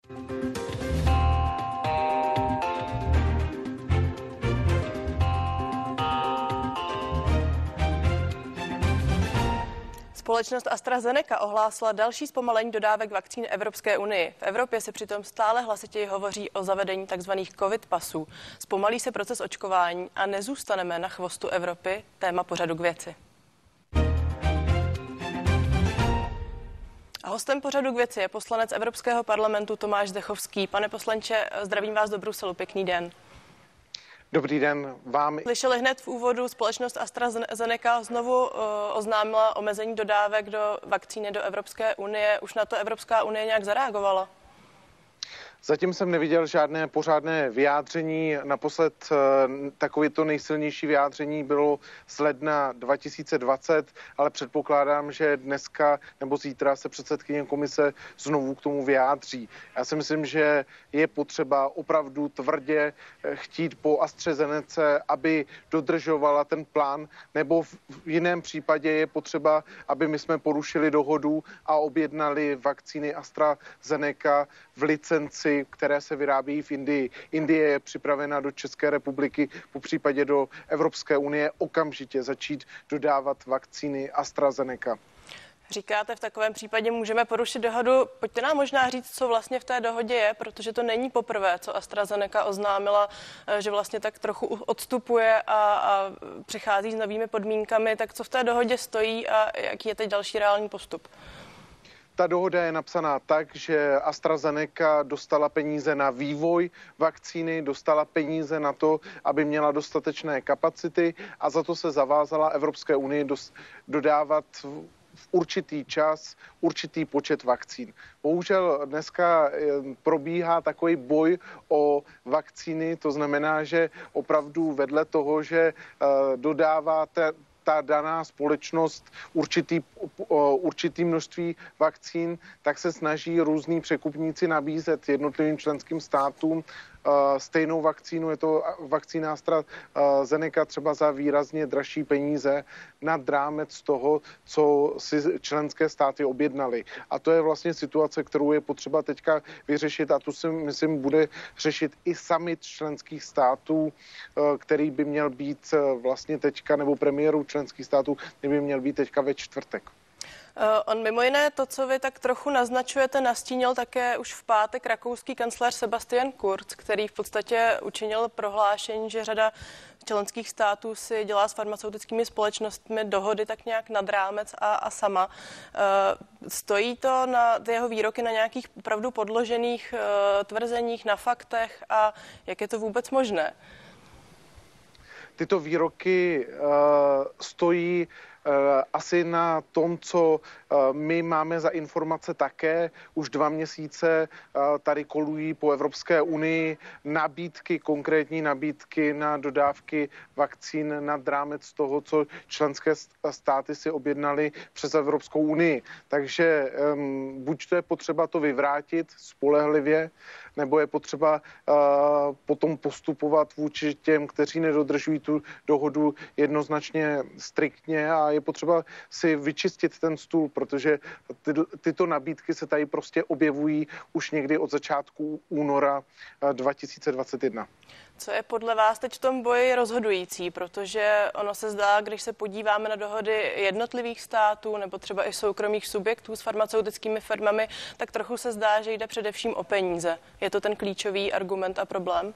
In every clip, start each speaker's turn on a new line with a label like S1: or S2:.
S1: Společnost AstraZeneca ohlásila další zpomalení dodávek vakcín Evropské unii. V Evropě se přitom stále hlasitěji hovoří o zavedení tzv. COVID pasů. Zpomalí se proces očkování a nezůstaneme na chvostu Evropy. Téma pořadu k věci. A hostem pořadu k věci je poslanec Evropského parlamentu Tomáš Zdechovský. Pane poslanče, zdravím vás do Bruselu. Pěkný den.
S2: Dobrý den vám.
S1: Slyšeli hned v úvodu, společnost AstraZeneca znovu oznámila omezení dodávek do vakcíny do Evropské unie. Už na to Evropská unie nějak zareagovala?
S2: Zatím jsem neviděl žádné pořádné vyjádření. Naposled takovéto nejsilnější vyjádření bylo z ledna 2020, ale předpokládám, že dneska nebo zítra se předsedkyně komise znovu k tomu vyjádří. Já si myslím, že je potřeba opravdu tvrdě chtít po AstraZenece, aby dodržovala ten plán, nebo v jiném případě je potřeba, aby my jsme porušili dohodu a objednali vakcíny AstraZeneca v licenci, které se vyrábí v Indii. Indie je připravena do České republiky, popřípadě do Evropské unie, okamžitě začít dodávat vakcíny AstraZeneca.
S1: Říkáte, v takovém případě můžeme porušit dohodu. Pojďte nám možná říct, co vlastně v té dohodě je, protože to není poprvé, co AstraZeneca oznámila, že vlastně tak trochu odstupuje a přichází s novými podmínkami. Tak co v té dohodě stojí a jaký je teď další reálný postup?
S2: Ta dohoda je napsaná tak, že AstraZeneca dostala peníze na vývoj vakcíny, dostala peníze na to, aby měla dostatečné kapacity a za to se zavázala Evropské unii dodávat v určitý čas určitý počet vakcín. Bohužel dneska probíhá takový boj o vakcíny, to znamená, že opravdu vedle toho, že dodává ta daná společnost určitý množství vakcín, tak se snaží různí překupníci nabízet jednotlivým členským státům stejnou vakcínu, je to vakcína AstraZeneca třeba za výrazně dražší peníze nad rámec toho, co si členské státy objednaly. A to je vlastně situace, kterou je potřeba teďka vyřešit a tu si myslím bude řešit i summit členských států, který by měl být vlastně teďka, nebo premiérů členských států, který by měl být teďka ve čtvrtek.
S1: On mimo jiné to, co vy tak trochu naznačujete, nastínil také už v pátek rakouský kancléř Sebastian Kurz, který v podstatě učinil prohlášení, že řada členských států si dělá s farmaceutickými společnostmi dohody tak nějak nad rámec a sama. Stojí to na jeho výroky na nějakých opravdu podložených tvrzeních, na faktech a jak je to vůbec možné?
S2: Tyto výroky stojí asi na tom, co my máme za informace také. Už 2 měsíce tady kolují po Evropské unii konkrétní nabídky na dodávky vakcín nad rámec toho, co členské státy si objednaly přes Evropskou unii. Takže buď to je potřeba to vyvrátit spolehlivě, nebo je potřeba potom postupovat vůči těm, kteří nedodržují tu dohodu jednoznačně striktně a je potřeba si vyčistit ten stůl, protože tyto nabídky se tady prostě objevují už někdy od začátku února 2021.
S1: Co je podle vás teď v tom boji rozhodující? Protože ono se zdá, když se podíváme na dohody jednotlivých států nebo třeba i soukromých subjektů s farmaceutickými firmami, tak trochu se zdá, že jde především o peníze. Je to ten klíčový argument a problém?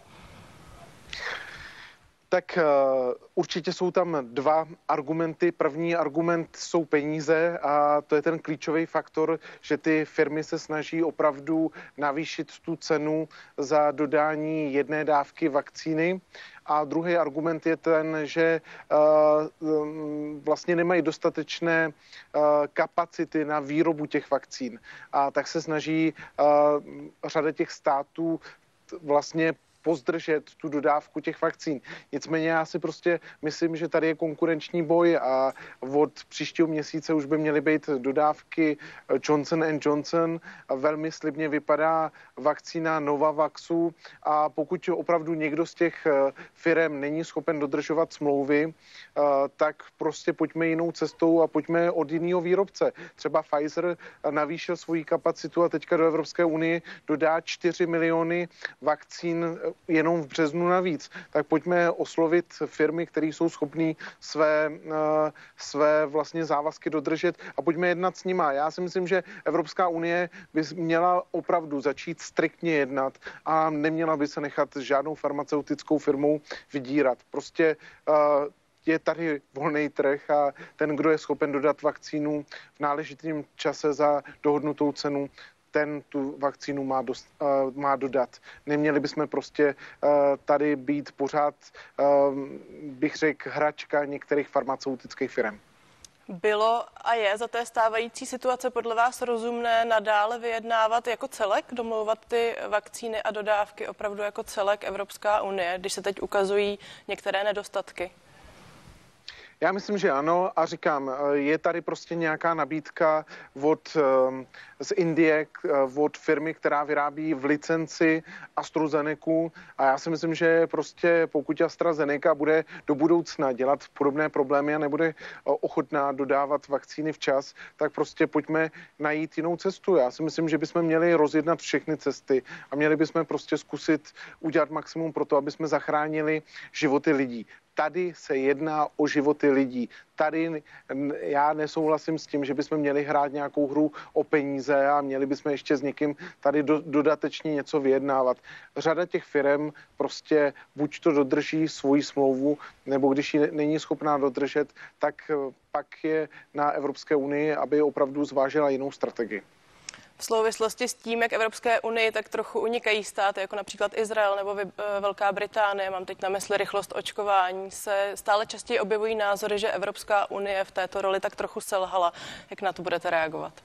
S2: Tak určitě jsou tam 2 argumenty. První argument jsou peníze a to je ten klíčový faktor, že ty firmy se snaží opravdu navýšit tu cenu za dodání jedné dávky vakcíny. A druhý argument je ten, že vlastně nemají dostatečné kapacity na výrobu těch vakcín. A tak se snaží řada těch států vlastně pozdržet tu dodávku těch vakcín. Nicméně já si prostě myslím, že tady je konkurenční boj a od příštího měsíce už by měly být dodávky Johnson & Johnson. Velmi slibně vypadá vakcína Novavaxu a pokud opravdu někdo z těch firem není schopen dodržovat smlouvy, tak prostě pojďme jinou cestou a pojďme od jiného výrobce. Třeba Pfizer navýšil svoji kapacitu a teďka do Evropské unie dodá 4 miliony vakcín jenom v březnu navíc. Tak pojďme oslovit firmy, které jsou schopné své vlastně závazky dodržet a pojďme jednat s nima. Já si myslím, že Evropská unie by měla opravdu začít striktně jednat a neměla by se nechat žádnou farmaceutickou firmou vydírat. Prostě je tady volný trh a ten, kdo je schopen dodat vakcínu v náležitém čase za dohodnutou cenu, ten tu vakcínu má dodat. Neměli bychom prostě tady být pořád, bych řekl, hračka některých farmaceutických firm.
S1: Bylo a je za té stávající situace podle vás rozumné nadále vyjednávat jako celek, domlouvat ty vakcíny a dodávky opravdu jako celek Evropská unie, když se teď ukazují některé nedostatky?
S2: Já myslím, že ano a říkám, je tady prostě nějaká nabídka z Indie, od firmy, která vyrábí v licenci AstraZeneca a já si myslím, že prostě pokud AstraZeneca bude do budoucna dělat podobné problémy a nebude ochotná dodávat vakcíny včas, tak prostě pojďme najít jinou cestu. Já si myslím, že bychom měli rozjednat všechny cesty a měli bychom prostě zkusit udělat maximum pro to, aby jsme zachránili životy lidí. Tady se jedná o životy lidí. Tady já nesouhlasím s tím, že bychom měli hrát nějakou hru o peníze a měli bychom ještě s někým tady dodatečně něco vyjednávat. Řada těch firm prostě buď to dodrží svoji smlouvu, nebo když ji není schopná dodržet, tak pak je na Evropské unii, aby opravdu zvážila jinou strategii.
S1: V souvislosti s tím, jak Evropské unii tak trochu unikají státy, jako například Izrael nebo Velká Británie, mám teď na mysli rychlost očkování, se stále častěji objevují názory, že Evropská unie v této roli tak trochu selhala. Jak na to budete reagovat?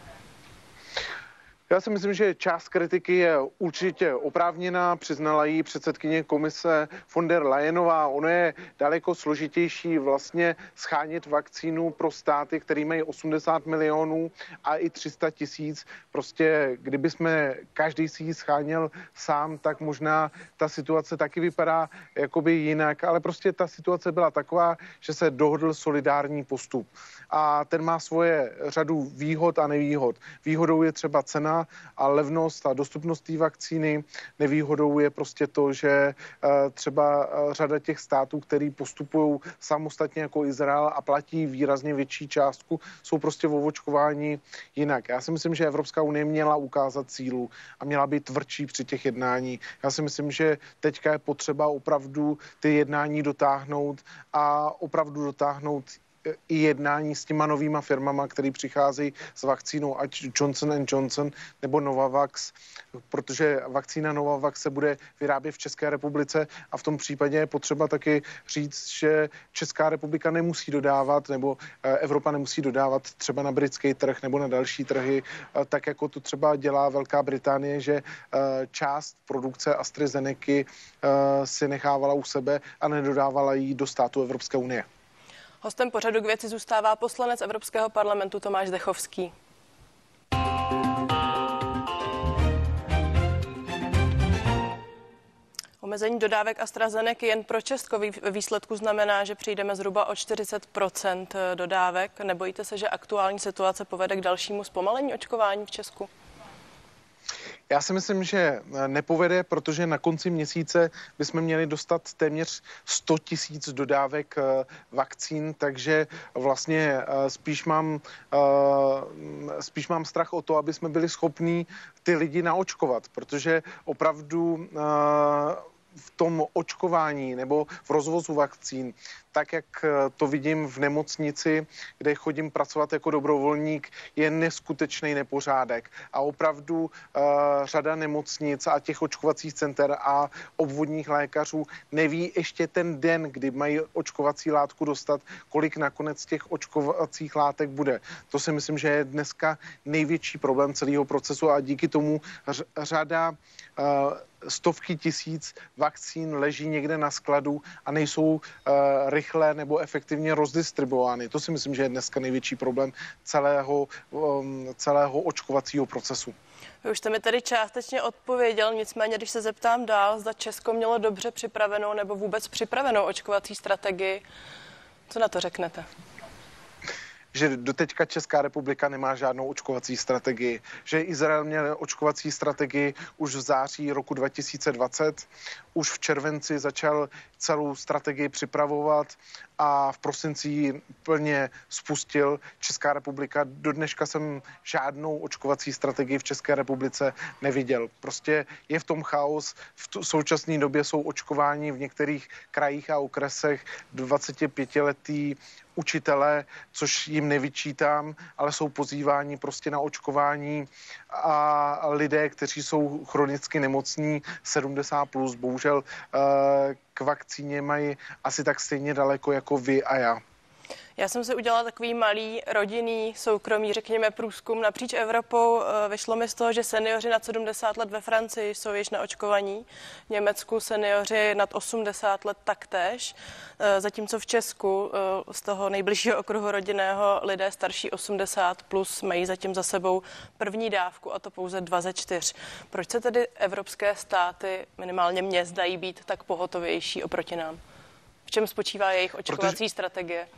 S2: Já si myslím, že část kritiky je určitě oprávněná, přiznala jí předsedkyně komise von der Leyenová. Ono je daleko složitější vlastně schánět vakcínu pro státy, které mají 80 milionů a i 300 tisíc. Prostě kdyby jsme každý si ji scháněl sám, tak možná ta situace taky vypadá jakoby jinak, ale prostě ta situace byla taková, že se dohodl solidární postup. A ten má svoje řadu výhod a nevýhod. Výhodou je třeba cena a levnost a dostupnost té vakcíny. Nevýhodou je prostě to, že třeba řada těch států, který postupují samostatně jako Izrael a platí výrazně větší částku, jsou prostě o očkování jinak. Já si myslím, že Evropská unie měla ukázat sílu a měla být tvrdší při těch jednání. Já si myslím, že teďka je potřeba opravdu ty jednání dotáhnout a opravdu dotáhnout i jednání s těma novýma firmama, které přicházejí s vakcínou, ať Johnson & Johnson nebo Novavax, protože vakcína Novavax se bude vyrábět v České republice a v tom případě je potřeba taky říct, že Česká republika nemusí dodávat nebo Evropa nemusí dodávat třeba na britský trh nebo na další trhy, tak jako to třeba dělá Velká Británie, že část produkce AstraZenecy si nechávala u sebe a nedodávala ji do států Evropské unie.
S1: Hostem pořadu K věci zůstává poslanec Evropského parlamentu Tomáš Zdechovský. Omezení dodávek AstraZeneca jen pro Česko ve výsledku znamená, že přijdeme zhruba o 40% dodávek. Nebojíte se, že aktuální situace povede k dalšímu zpomalení očkování v Česku?
S2: Já si myslím, že nepovede, protože na konci měsíce bychom měli dostat téměř 100 000 dodávek vakcín, takže vlastně spíš mám strach o to, aby jsme byli schopní ty lidi naočkovat, protože opravdu v tom očkování nebo v rozvozu vakcín tak, jak to vidím v nemocnici, kde chodím pracovat jako dobrovolník, je neskutečný nepořádek. A opravdu řada nemocnic a těch očkovacích center a obvodních lékařů neví ještě ten den, kdy mají očkovací látku dostat, kolik nakonec těch očkovacích látek bude. To si myslím, že je dneska největší problém celého procesu a díky tomu řada stovky tisíc vakcín leží někde na skladu a nejsou rychle nebo efektivně rozdistribuovány. To si myslím, že je dneska největší problém celého očkovacího procesu.
S1: Vy už jste mi tady částečně odpověděl, nicméně, když se zeptám dál, zda Česko mělo dobře připravenou nebo vůbec připravenou očkovací strategii, co na to řeknete?
S2: Že doteďka Česká republika nemá žádnou očkovací strategii, že Izrael měl očkovací strategii už v září roku 2020, už v červenci začal celou strategii připravovat a v prosinci ji plně spustil. Česká republika, do dneška jsem žádnou očkovací strategii v České republice neviděl. Prostě je v tom chaos, v současné době jsou očkování v některých krajích a okresech 25letý učitelé, což jim nevyčítám, ale jsou pozýváni prostě na očkování a lidé, kteří jsou chronicky nemocní, 70+, bohužel k vakcíně mají asi tak stejně daleko jako vy a já.
S1: Já jsem si udělala takový malý rodinný, soukromý, řekněme, průzkum napříč Evropou. Vyšlo mi z toho, že seniori nad 70 let ve Francii jsou již naočkovaní, v Německu seniori nad 80 let taktéž, zatímco v Česku z toho nejbližšího okruhu rodinného lidé starší 80 plus mají zatím za sebou první dávku, a to pouze 2 ze 4. Proč se tedy evropské státy, minimálně mě, zdají být tak pohotovější oproti nám? V čem spočívá jejich očkovací strategie?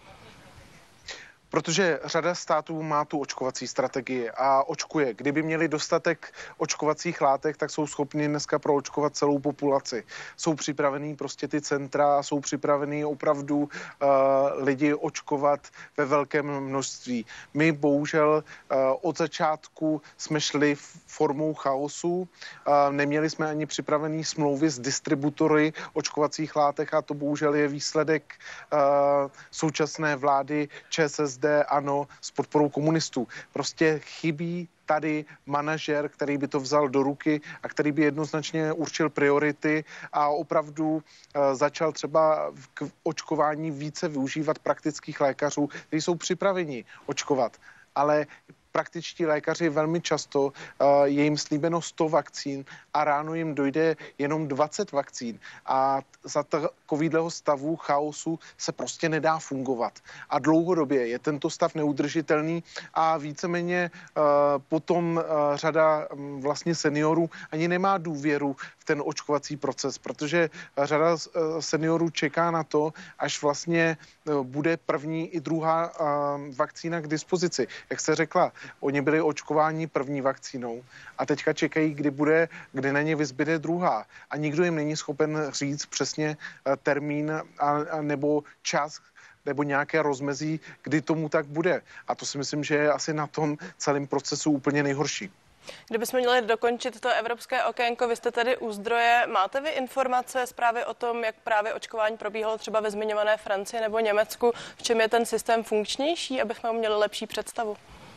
S2: Protože řada států má tu očkovací strategii a očkuje. Kdyby měli dostatek očkovacích látek, tak jsou schopni dneska proočkovat celou populaci. Jsou připravený prostě ty centra, jsou připravený opravdu lidi očkovat ve velkém množství. My bohužel od začátku jsme šli formou chaosu, neměli jsme ani připravený smlouvy s distributory očkovacích látek a to bohužel je výsledek současné vlády ČSSD, ANO, s podporou komunistů. Prostě chybí tady manažer, který by to vzal do ruky a který by jednoznačně určil priority a opravdu začal třeba k očkování více využívat praktických lékařů, kteří jsou připraveni očkovat. Ale praktičtí lékaři velmi často je jim slíbeno 100 vakcín a ráno jim dojde jenom 20 vakcín. A za takovýhleho stavu chaosu se prostě nedá fungovat. A dlouhodobě je tento stav neudržitelný a víceméně potom řada vlastně seniorů ani nemá důvěru v ten očkovací proces, protože řada seniorů čeká na to, až vlastně bude první i druhá vakcína k dispozici. Jak se řekla, oni byli očkováni první vakcínou a teďka čekají, kdy na ně vyzbyde druhá. A nikdo jim není schopen říct přesně termín nebo čas, nebo nějaké rozmezí, kdy tomu tak bude. A to si myslím, že je asi na tom celém procesu úplně nejhorší.
S1: Kdybychom měli dokončit to evropské okénko, vy jste tady u zdroje. Máte vy informace, zprávy o tom, jak právě očkování probíhalo třeba ve zmiňované Francii nebo Německu? V čem je ten systém funkčnější, abychom měli lepší představu?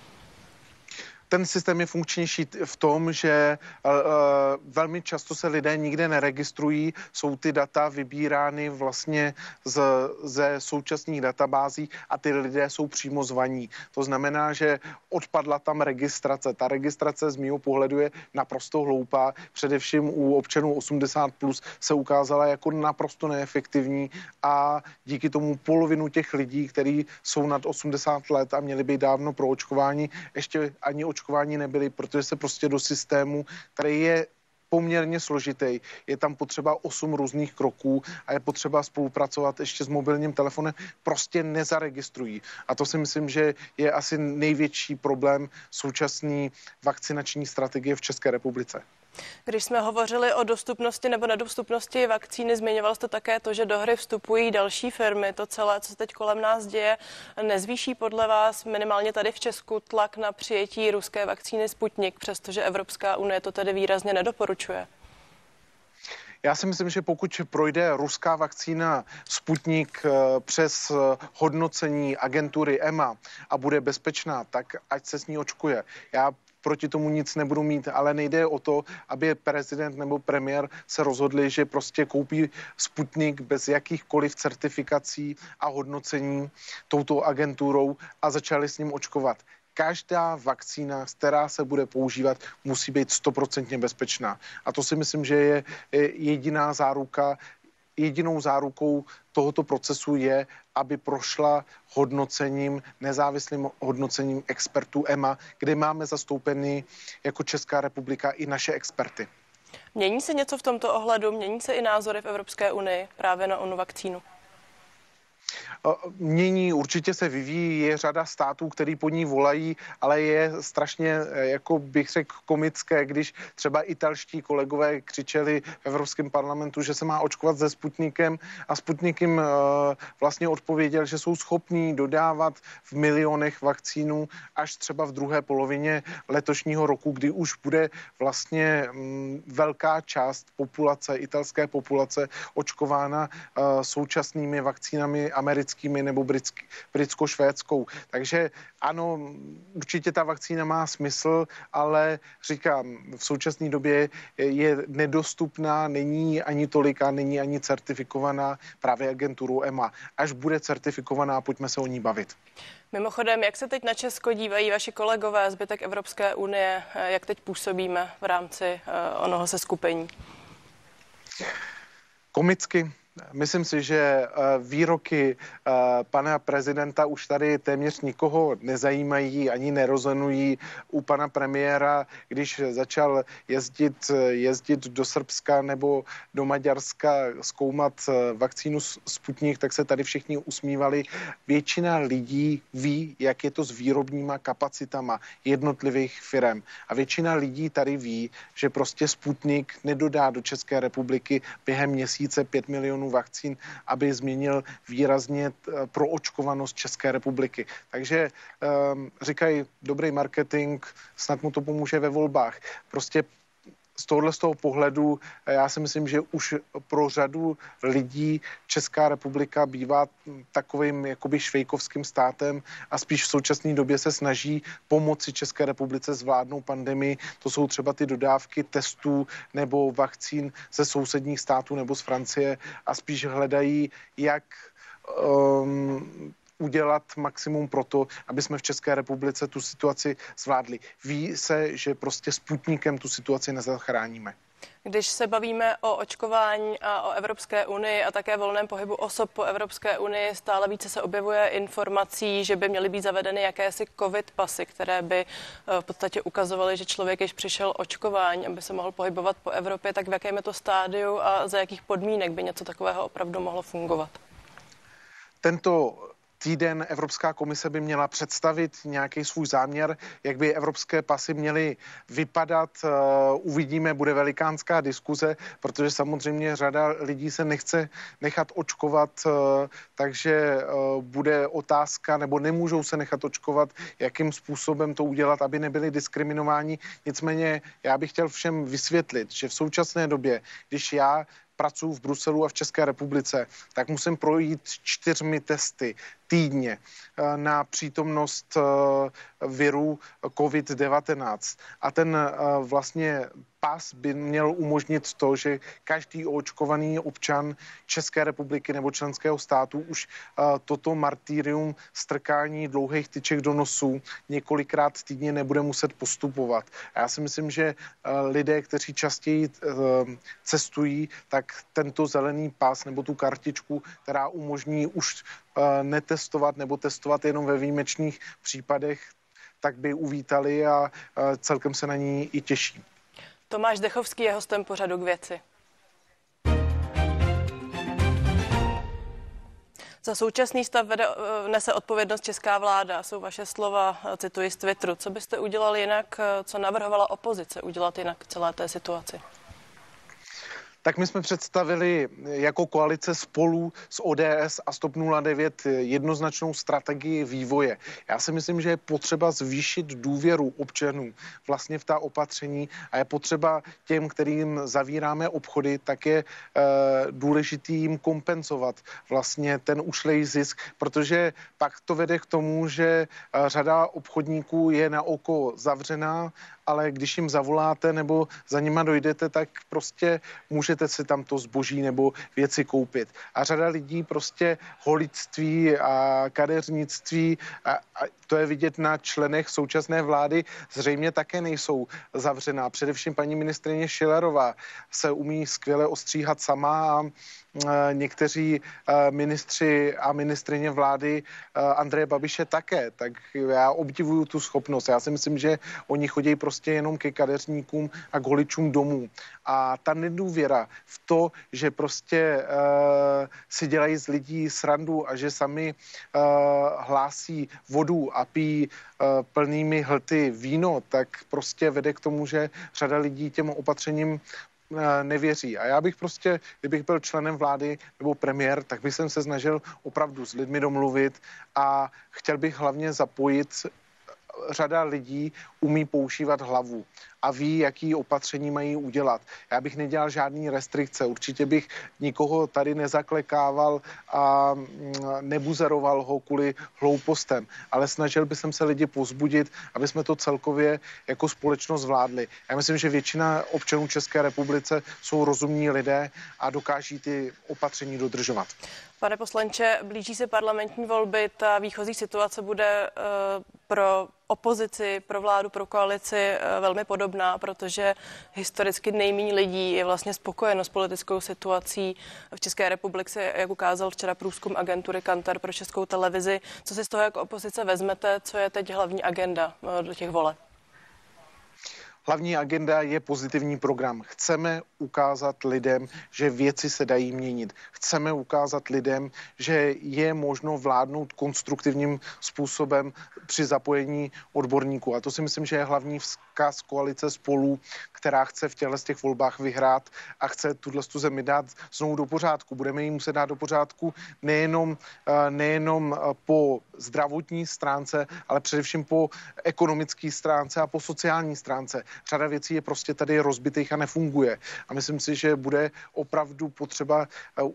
S2: Ten systém je funkčnější v tom, že velmi často se lidé nikde neregistrují, jsou ty data vybírány vlastně ze současných databází a ty lidé jsou přímo zvaní. To znamená, že odpadla tam registrace. Ta registrace z mého pohledu je naprosto hloupá, především u občanů 80+ se ukázala jako naprosto neefektivní a díky tomu polovinu těch lidí, kteří jsou nad 80 let a měli být dávno pro očkování, ještě ani očkování nebyli, protože se prostě do systému, který je poměrně složitý. Je tam potřeba 8 různých kroků a je potřeba spolupracovat ještě s mobilním telefonem. Prostě nezaregistrují. A to si myslím, že je asi největší problém současné vakcinační strategie v České republice.
S1: Když jsme hovořili o dostupnosti nebo nedostupnosti vakcíny, zmiňoval jste také to, že do hry vstupují další firmy. To celé, co se teď kolem nás děje, nezvýší podle vás minimálně tady v Česku tlak na přijetí ruské vakcíny Sputnik, přestože Evropská unie to tedy výrazně nedoporučuje?
S2: Já si myslím, že pokud projde ruská vakcína Sputnik přes hodnocení agentury EMA a bude bezpečná, tak ať se s ní očkuje. Já proti tomu nic nebudu mít, ale nejde o to, aby prezident nebo premiér se rozhodli, že prostě koupí Sputnik bez jakýchkoliv certifikací a hodnocení touto agenturou a začali s ním očkovat. Každá vakcína, která se bude používat, musí být 100% bezpečná. A to si myslím, že je jediná záruka, jedinou zárukou tohoto procesu je, aby prošla hodnocením, nezávislým hodnocením expertů EMA, kde máme zastoupeny jako Česká republika i naše experty.
S1: Mění se něco v tomto ohledu? Mění se i názory v Evropské unii právě na onu vakcínu?
S2: Mění, určitě se vyvíjí, je řada států, který po ní volají, ale je strašně, jako bych řekl, komické, když třeba italští kolegové křičeli v Evropském parlamentu, že se má očkovat se Sputnikem a Sputnik jim vlastně odpověděl, že jsou schopní dodávat v milionech vakcínů až třeba v druhé polovině letošního roku, kdy už bude vlastně velká část populace, italské populace očkována současnými vakcínami americkými nebo britsko-švédskou. Takže ano, určitě ta vakcína má smysl, ale říkám, v současné době je nedostupná, není ani tolika, není ani certifikovaná právě agenturou EMA. Až bude certifikovaná, pojďme se o ní bavit.
S1: Mimochodem, jak se teď na Česko dívají vaši kolegové, zbytek Evropské unie, jak teď působíme v rámci onoho seskupení?
S2: Komicky. Myslím si, že výroky pana prezidenta už tady téměř nikoho nezajímají, ani nerozonují. U pana premiéra, když začal jezdit do Srbska nebo do Maďarska zkoumat vakcínu Sputnik, tak se tady všichni usmívali. Většina lidí ví, jak je to s výrobníma kapacitama jednotlivých firem. A většina lidí tady ví, že prostě Sputnik nedodá do České republiky během měsíce 5 milionů vakcín, aby změnil výrazně proočkovanost České republiky. Takže říkají, dobrý marketing, snad mu to pomůže ve volbách. Prostě z toho pohledu já si myslím, že už pro řadu lidí Česká republika bývá takovým jakoby švejkovským státem a spíš v současné době se snaží pomoci České republice zvládnout pandemii. To jsou třeba ty dodávky testů nebo vakcín ze sousedních států nebo z Francie a spíš hledají, jak udělat maximum pro to, aby jsme v České republice tu situaci zvládli. Ví se, že prostě Sputnikem tu situaci nezachráníme.
S1: Když se bavíme o očkování a o Evropské unii a také volném pohybu osob po Evropské unii, stále více se objevuje informací, že by měly být zavedeny jakési covid pasy, které by v podstatě ukazovaly, že člověk již přišel očkování, aby se mohl pohybovat po Evropě. Tak v jakém je to stádiu a za jakých podmínek by něco takového opravdu mohlo fungovat?
S2: Tento týden Evropská komise by měla představit nějaký svůj záměr, jak by evropské pasy měly vypadat. Uvidíme, bude velikánská diskuze, protože samozřejmě řada lidí se nechce nechat očkovat, takže bude otázka, nebo nemůžou se nechat očkovat, jakým způsobem to udělat, aby nebyli diskriminováni. Nicméně já bych chtěl všem vysvětlit, že v současné době, když já pracuji v Bruselu a v České republice, tak musím projít 4 testy týdně na přítomnost viru COVID-19. A ten vlastně pas by měl umožnit to, že každý očkovaný občan České republiky nebo členského státu už toto martyrium strkání dlouhých tyček do nosu několikrát týdně nebude muset postupovat. A já si myslím, že lidé, kteří častěji cestují, tak tento zelený pas nebo tu kartičku, která umožní už netestovat nebo testovat jenom ve výjimečných případech, tak by uvítali a celkem se na ní i těší.
S1: Tomáš Zdechovský je hostem pořadu K věci. Za současný stav nese odpovědnost česká vláda. Jsou vaše slova, cituji z Twitteru. Co byste udělali jinak, co navrhovala opozice udělat jinak v celé té situaci?
S2: Tak my jsme představili jako koalice Spolu s ODS a Stop 09 jednoznačnou strategii vývoje. Já si myslím, že je potřeba zvýšit důvěru občanů vlastně v ta opatření a je potřeba těm, kterým zavíráme obchody, tak je důležitý jim kompenzovat vlastně ten ušlej zisk, protože pak to vede k tomu, že řada obchodníků je na oko zavřená, ale když jim zavoláte nebo za nima dojdete, tak prostě můžete si tam to zboží nebo věci koupit. A řada lidí prostě holictví a kadeřnictví, a to je vidět na členech současné vlády, zřejmě také nejsou zavřená. Především paní ministryně Schillerová se umí skvěle ostříhat sama a někteří ministři a ministryně vlády Andreje Babiše také, tak já obdivuju tu schopnost. Já si myslím, že oni chodí prostě jenom ke kadeřníkům a k holičům domů. A ta nedůvěra v to, že prostě si dělají z lidí srandu a že sami hlásí vodu a pijí plnými hlty víno, tak prostě vede k tomu, že řada lidí těm opatřením nevěří. A já bych prostě, kdybych byl členem vlády nebo premiér, tak bych se snažil opravdu s lidmi domluvit a chtěl bych hlavně zapojit. Řada lidí umí používat hlavu a ví, jaký opatření mají udělat. Já bych nedělal žádný restrikce, určitě bych nikoho tady nezaklekával a nebuzeroval ho kvůli hloupostem, ale snažil bych se lidi povzbudit, aby jsme to celkově jako společnost zvládli. Já myslím, že většina občanů České republice jsou rozumní lidé a dokáží ty opatření dodržovat.
S1: Pane poslanče, blíží se parlamentní volby, ta výchozí situace bude pro opozici, pro vládu, pro koalici velmi podobná, protože historicky nejméně lidí je vlastně spokojeno s politickou situací v České republice, jak ukázal včera průzkum agentury Kantar pro Českou televizi. Co si z toho jako opozice vezmete, co je teď hlavní agenda do těch voleb?
S2: Hlavní agenda je pozitivní program. Chceme ukázat lidem, že věci se dají měnit. Chceme ukázat lidem, že je možno vládnout konstruktivním způsobem při zapojení odborníků. A to si myslím, že je hlavní vzkaz koalice Spolu, která chce v těch volbách vyhrát a chce tu zemi dát znovu do pořádku. Budeme ji muset dát do pořádku nejenom po zdravotní stránce, ale především po ekonomické stránce a po sociální stránce. Řada věcí je prostě tady rozbitých a nefunguje. A myslím si, že bude opravdu potřeba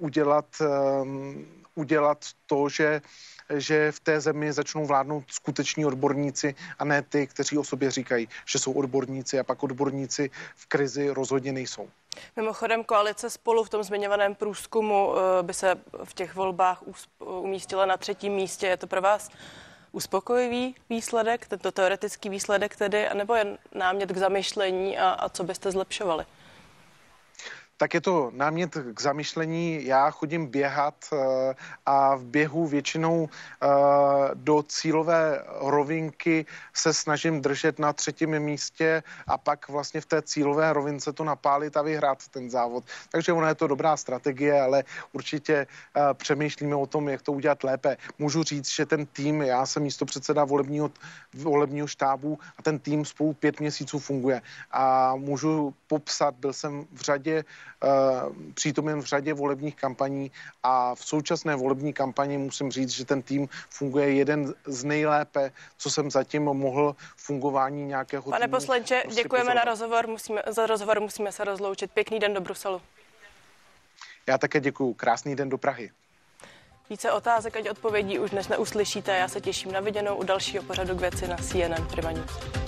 S2: udělat to, že v té zemi začnou vládnout skuteční odborníci a ne ty, kteří o sobě říkají, že jsou odborníci a pak odborníci v krizi rozhodně nejsou.
S1: Mimochodem koalice Spolu v tom zmiňovaném průzkumu by se v těch volbách umístila na 3. místě. Je to pro vás uspokojivý výsledek, tento teoretický výsledek tedy, anebo je námět k zamyšlení a co byste zlepšovali?
S2: Tak je to námět k zamyšlení. Já chodím běhat a v běhu většinou do cílové rovinky se snažím držet na 3. místě a pak vlastně v té cílové rovince to napálit a vyhrát ten závod. Takže ona je to dobrá strategie, ale určitě přemýšlíme o tom, jak to udělat lépe. Můžu říct, že ten tým, já jsem místopředseda volebního štábu a ten tým spolu 5 měsíců funguje. A můžu popsat, byl jsem v řadě přítomen v řadě volebních kampaní a v současné volební kampani musím říct, že ten tým funguje jeden z nejlépe, co jsem zatím mohl fungování nějakého týmu.
S1: Pane poslanče, děkujeme za rozhovor, musíme se rozloučit. Pěkný den do Bruselu.
S2: Já také děkuju. Krásný den do Prahy.
S1: Více otázek, ať odpovědí už dnes neuslyšíte. Já se těším na viděnou u dalšího pořadu K věci na CNN Prima News.